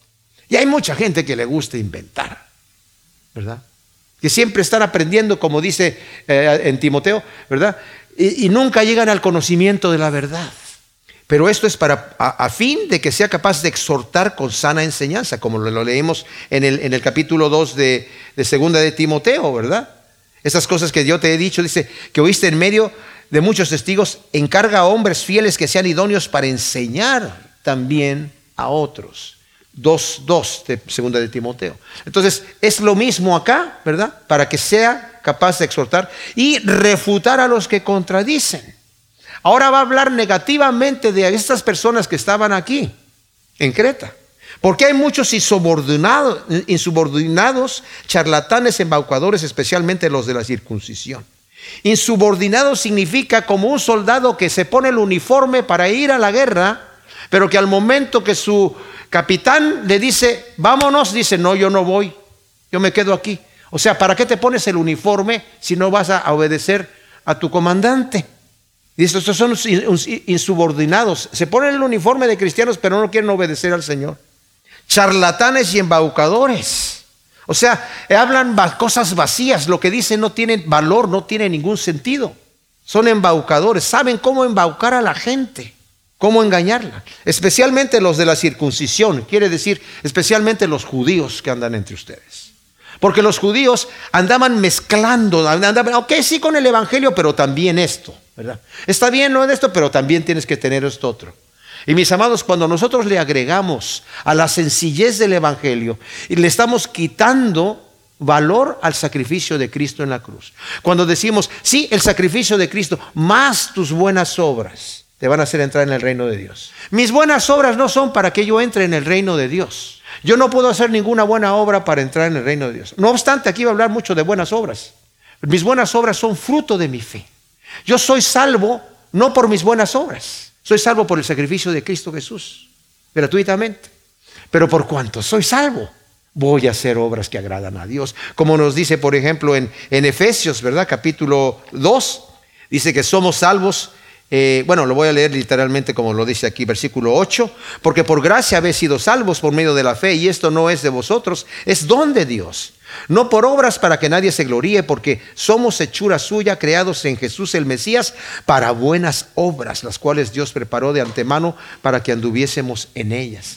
Y hay mucha gente que le gusta inventar, ¿verdad? Que siempre están aprendiendo, como dice eh, en Timoteo, ¿verdad? Y, y nunca llegan al conocimiento de la verdad. Pero esto es para a, a fin de que sea capaz de exhortar con sana enseñanza, como lo, lo leemos en el, en el capítulo dos de, de segunda de Timoteo, ¿verdad? Esas cosas que yo te he dicho, dice, que oíste en medio de muchos testigos, encarga a hombres fieles que sean idóneos para enseñar también a otros. dos, dos de segunda de Timoteo. Entonces, es lo mismo acá, ¿verdad? Para que sea capaz de exhortar y refutar a los que contradicen. Ahora va a hablar negativamente de estas personas que estaban aquí, en Creta. Porque hay muchos insubordinados, insubordinados, charlatanes, embaucadores, especialmente los de la circuncisión. Insubordinado significa como un soldado que se pone el uniforme para ir a la guerra, pero que al momento que su capitán le dice, vámonos, dice, no, yo no voy, yo me quedo aquí. O sea, ¿para qué te pones el uniforme si no vas a obedecer a tu comandante? Y estos son insubordinados. Se ponen el uniforme de cristianos, pero no quieren obedecer al Señor. Charlatanes y embaucadores. O sea, hablan cosas vacías. Lo que dicen no tiene valor, no tiene ningún sentido. Son embaucadores. Saben cómo embaucar a la gente, cómo engañarla. Especialmente los de la circuncisión. Quiere decir, especialmente los judíos que andan entre ustedes. Porque los judíos andaban mezclando, andaban, ok, sí con el evangelio, pero también esto, ¿verdad? Está bien no es esto, pero también tienes que tener esto otro. Y mis amados, cuando nosotros le agregamos a la sencillez del evangelio y le estamos quitando valor al sacrificio de Cristo en la cruz. Cuando decimos, sí, el sacrificio de Cristo más tus buenas obras te van a hacer entrar en el reino de Dios. Mis buenas obras no son para que yo entre en el reino de Dios. Yo no puedo hacer ninguna buena obra para entrar en el reino de Dios. No obstante, aquí va a hablar mucho de buenas obras. Mis buenas obras son fruto de mi fe. Yo soy salvo no por mis buenas obras. Soy salvo por el sacrificio de Cristo Jesús, gratuitamente. Pero por cuanto soy salvo, voy a hacer obras que agradan a Dios. Como nos dice, por ejemplo, en, en Efesios, ¿verdad? Capítulo dos, dice que somos salvos. Eh, bueno, lo voy a leer literalmente como lo dice aquí, versículo ocho. Porque por gracia habéis sido salvos por medio de la fe, y esto no es de vosotros, es don de Dios. No por obras para que nadie se gloríe, porque somos hechura suya, creados en Jesús el Mesías, para buenas obras, las cuales Dios preparó de antemano para que anduviésemos en ellas.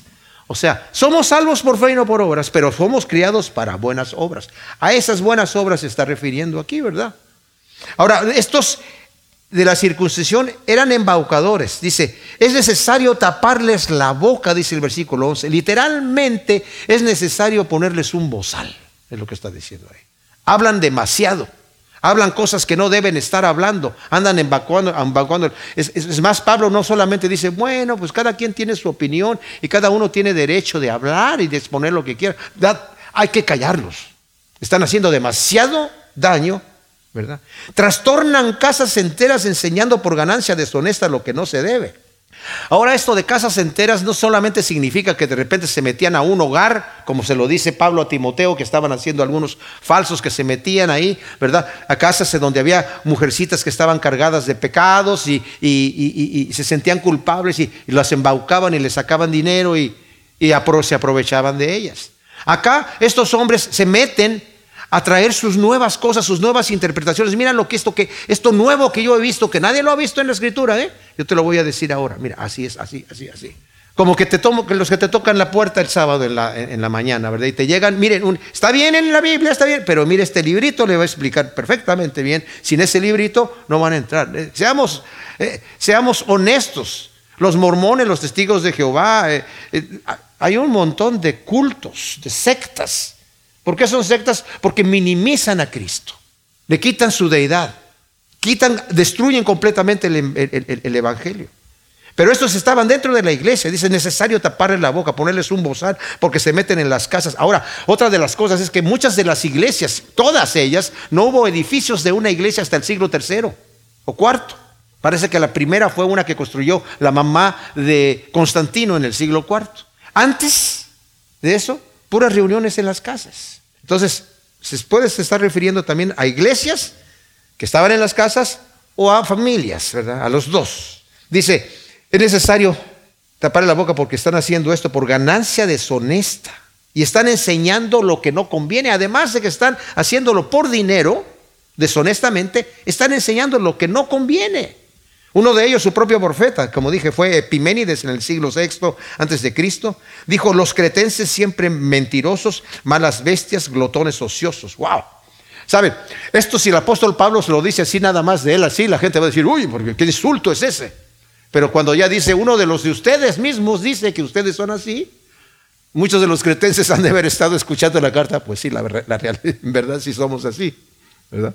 O sea, somos salvos por fe y no por obras, pero somos criados para buenas obras. A esas buenas obras se está refiriendo aquí, ¿verdad? Ahora, estos de la circuncisión eran embaucadores. Dice, es necesario taparles la boca, dice el versículo once. Literalmente es necesario ponerles un bozal, es lo que está diciendo ahí. Hablan demasiado. Hablan cosas que no deben estar hablando. Andan embaucando. embaucando. Es, es, es más, Pablo no solamente dice, bueno, pues cada quien tiene su opinión y cada uno tiene derecho de hablar y de exponer lo que quiera. Da, hay que callarlos. Están haciendo demasiado daño, ¿verdad? Trastornan casas enteras enseñando por ganancia deshonesta lo que no se debe. Ahora, esto de casas enteras no solamente significa que de repente se metían a un hogar, como se lo dice Pablo a Timoteo, que estaban haciendo algunos falsos que se metían ahí, ¿verdad? A casas donde había mujercitas que estaban cargadas de pecados y, y, y, y, y se sentían culpables y, y las embaucaban y les sacaban dinero y, y apro- se aprovechaban de ellas. Acá estos hombres se meten a traer sus nuevas cosas, sus nuevas interpretaciones. Mira lo que esto, que esto nuevo que yo he visto, que nadie lo ha visto en la Escritura, ¿eh? Yo te lo voy a decir ahora. Mira, así es, así, así, así. Como que te tomo, que los que te tocan la puerta el sábado en la, en la mañana, ¿verdad? Y te llegan, miren, un, está bien en la Biblia, está bien, pero mire, este librito le va a explicar perfectamente bien. Sin ese librito no van a entrar. Eh, seamos, eh, seamos honestos. Los mormones, los testigos de Jehová, eh, eh, hay un montón de cultos, de sectas. ¿Por qué son sectas? Porque minimizan a Cristo, le quitan su deidad, quitan, destruyen completamente el, el, el, el evangelio. Pero estos estaban dentro de la iglesia. Dice, es necesario taparles la boca, ponerles un bozal, porque se meten en las casas. Ahora, otra de las cosas es que muchas de las iglesias, todas ellas, no hubo edificios de una iglesia hasta el siglo tercero o cuarto. Parece que la primera fue una que construyó la mamá de Constantino en el siglo cuarto. Antes de eso, puras reuniones en las casas. Entonces, se puede estar refiriendo también a iglesias que estaban en las casas o a familias, ¿verdad? A los dos. Dice, es necesario taparle la boca porque están haciendo esto por ganancia deshonesta y están enseñando lo que no conviene. Además de que están haciéndolo por dinero, deshonestamente, están enseñando lo que no conviene. Uno de ellos, su propio profeta, como dije, fue Epiménides en el siglo sexto antes de Cristo. Dijo, los cretenses siempre mentirosos, malas bestias, glotones ociosos. ¡Wow! ¿Saben? Esto, si el apóstol Pablo se lo dice así nada más de él, así, la gente va a decir, uy, porque qué insulto es ese. Pero cuando ya dice uno de los de ustedes mismos, dice que ustedes son así, muchos de los cretenses han de haber estado escuchando la carta, pues sí, la, la realidad, en verdad sí somos así, ¿verdad?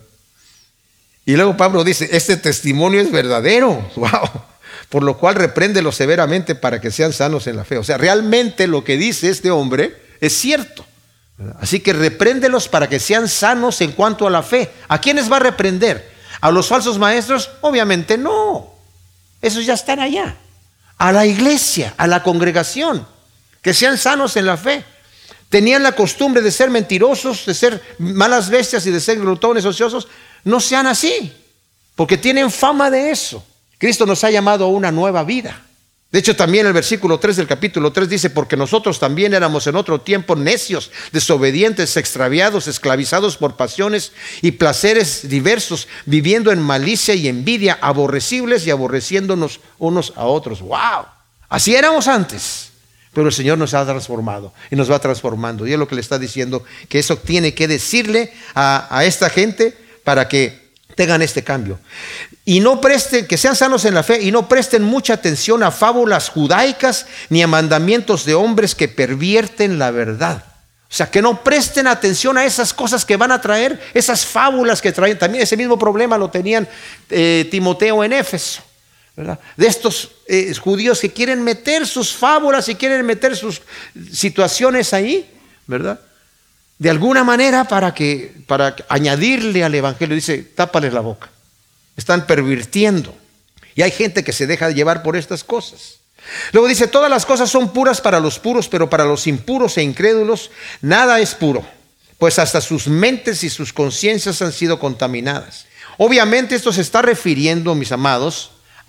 Y luego Pablo dice, este testimonio es verdadero, wow, por lo cual repréndelo severamente para que sean sanos en la fe. O sea, realmente lo que dice este hombre es cierto. Así que repréndelos para que sean sanos en cuanto a la fe. ¿A quiénes va a reprender? ¿A los falsos maestros? Obviamente no. Esos ya están allá. A la iglesia, a la congregación, que sean sanos en la fe. Tenían la costumbre de ser mentirosos, de ser malas bestias y de ser glotones ociosos. No sean así, porque tienen fama de eso. Cristo nos ha llamado a una nueva vida. De hecho, también el versículo tres del capítulo tres dice, porque nosotros también éramos en otro tiempo necios, desobedientes, extraviados, esclavizados por pasiones y placeres diversos, viviendo en malicia y envidia, aborrecibles y aborreciéndonos unos a otros. ¡Wow! Así éramos antes. Pero el Señor nos ha transformado y nos va transformando. Y es lo que le está diciendo, que eso tiene que decirle a, a esta gente para que tengan este cambio. Y no presten, que sean sanos en la fe y no presten mucha atención a fábulas judaicas ni a mandamientos de hombres que pervierten la verdad. O sea, que no presten atención a esas cosas que van a traer, esas fábulas que traen. También ese mismo problema lo tenían eh, Timoteo en Éfeso, ¿verdad? De estos eh, judíos que quieren meter sus fábulas y quieren meter sus situaciones ahí, ¿verdad? De alguna manera para que para añadirle al evangelio. Dice, tápales la boca. Están pervirtiendo. Y hay gente que se deja llevar por estas cosas. Luego dice, todas las cosas son puras para los puros, pero para los impuros e incrédulos nada es puro, pues hasta sus mentes y sus conciencias han sido contaminadas. Obviamente esto se está refiriendo, mis amados,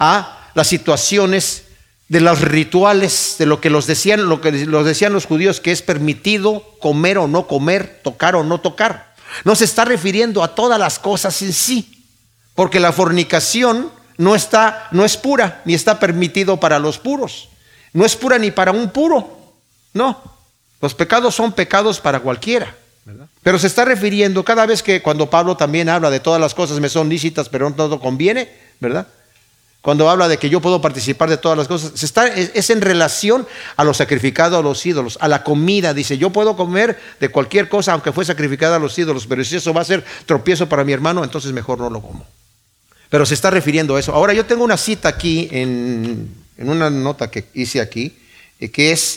a las situaciones de los rituales, de lo que los decían, lo que los decían los judíos, que es permitido comer o no comer, tocar o no tocar. No se está refiriendo a todas las cosas en sí, porque la fornicación no está, no es pura, ni está permitido para los puros. No es pura ni para un puro. No, los pecados son pecados para cualquiera, ¿verdad? Pero se está refiriendo cada vez que cuando Pablo también habla de todas las cosas me son lícitas, pero no todo conviene, ¿verdad? Cuando habla de que yo puedo participar de todas las cosas, se está, es, es en relación a lo sacrificado a los ídolos, a la comida. Dice, yo puedo comer de cualquier cosa aunque fue sacrificada a los ídolos, pero si eso va a ser tropiezo para mi hermano, entonces mejor no lo como. Pero se está refiriendo a eso. Ahora yo tengo una cita aquí, en, en una nota que hice aquí, eh, que es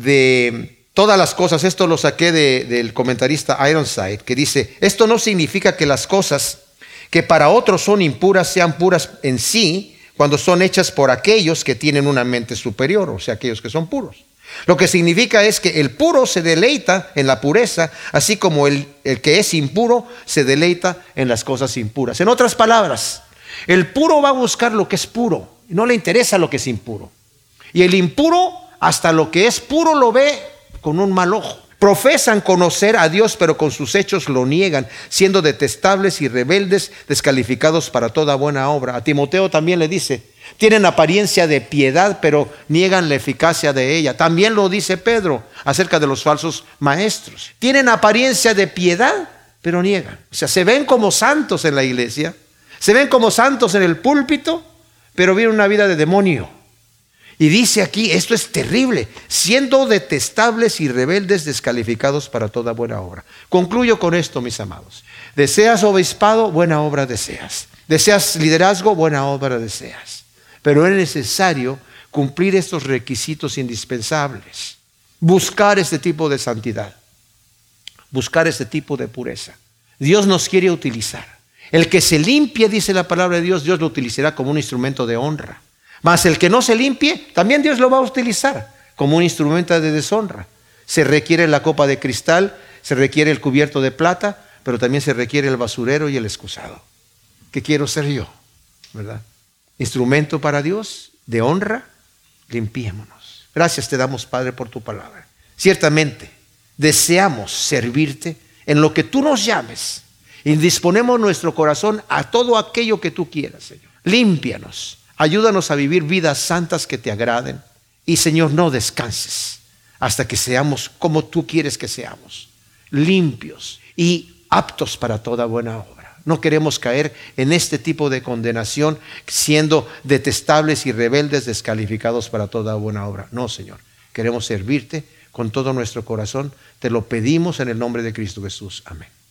de todas las cosas. Esto lo saqué de, del comentarista Ironside, que dice, esto no significa que las cosas que para otros son impuras sean puras en sí, cuando son hechas por aquellos que tienen una mente superior, o sea, aquellos que son puros. Lo que significa es que el puro se deleita en la pureza, así como el, el que es impuro se deleita en las cosas impuras. En otras palabras, el puro va a buscar lo que es puro, no le interesa lo que es impuro. Y el impuro, hasta lo que es puro lo ve con un mal ojo. Profesan conocer a Dios, pero con sus hechos lo niegan, siendo detestables y rebeldes, descalificados para toda buena obra. A Timoteo también le dice, tienen apariencia de piedad, pero niegan la eficacia de ella. También lo dice Pedro acerca de los falsos maestros. Tienen apariencia de piedad, pero niegan. O sea, se ven como santos en la iglesia, se ven como santos en el púlpito, pero viven una vida de demonio. Y dice aquí, esto es terrible, siendo detestables y rebeldes, descalificados para toda buena obra. Concluyo con esto, mis amados. Deseas obispado, buena obra deseas. Deseas liderazgo, buena obra deseas. Pero es necesario cumplir estos requisitos indispensables. Buscar este tipo de santidad. Buscar este tipo de pureza. Dios nos quiere utilizar. El que se limpie, dice la palabra de Dios, Dios lo utilizará como un instrumento de honra. Mas el que no se limpie, también Dios lo va a utilizar como un instrumento de deshonra. Se requiere la copa de cristal, se requiere el cubierto de plata, pero también se requiere el basurero y el excusado. ¿Qué quiero ser yo? ¿Verdad? Instrumento para Dios, de honra, limpiémonos. Gracias te damos, Padre, por tu palabra. Ciertamente, deseamos servirte en lo que tú nos llames y disponemos nuestro corazón a todo aquello que tú quieras, Señor. Límpianos. Ayúdanos a vivir vidas santas que te agraden. Y Señor, no descanses hasta que seamos como tú quieres que seamos. Limpios y aptos para toda buena obra. No queremos caer en este tipo de condenación siendo detestables y rebeldes, descalificados para toda buena obra. No, Señor. Queremos servirte con todo nuestro corazón. Te lo pedimos en el nombre de Cristo Jesús. Amén.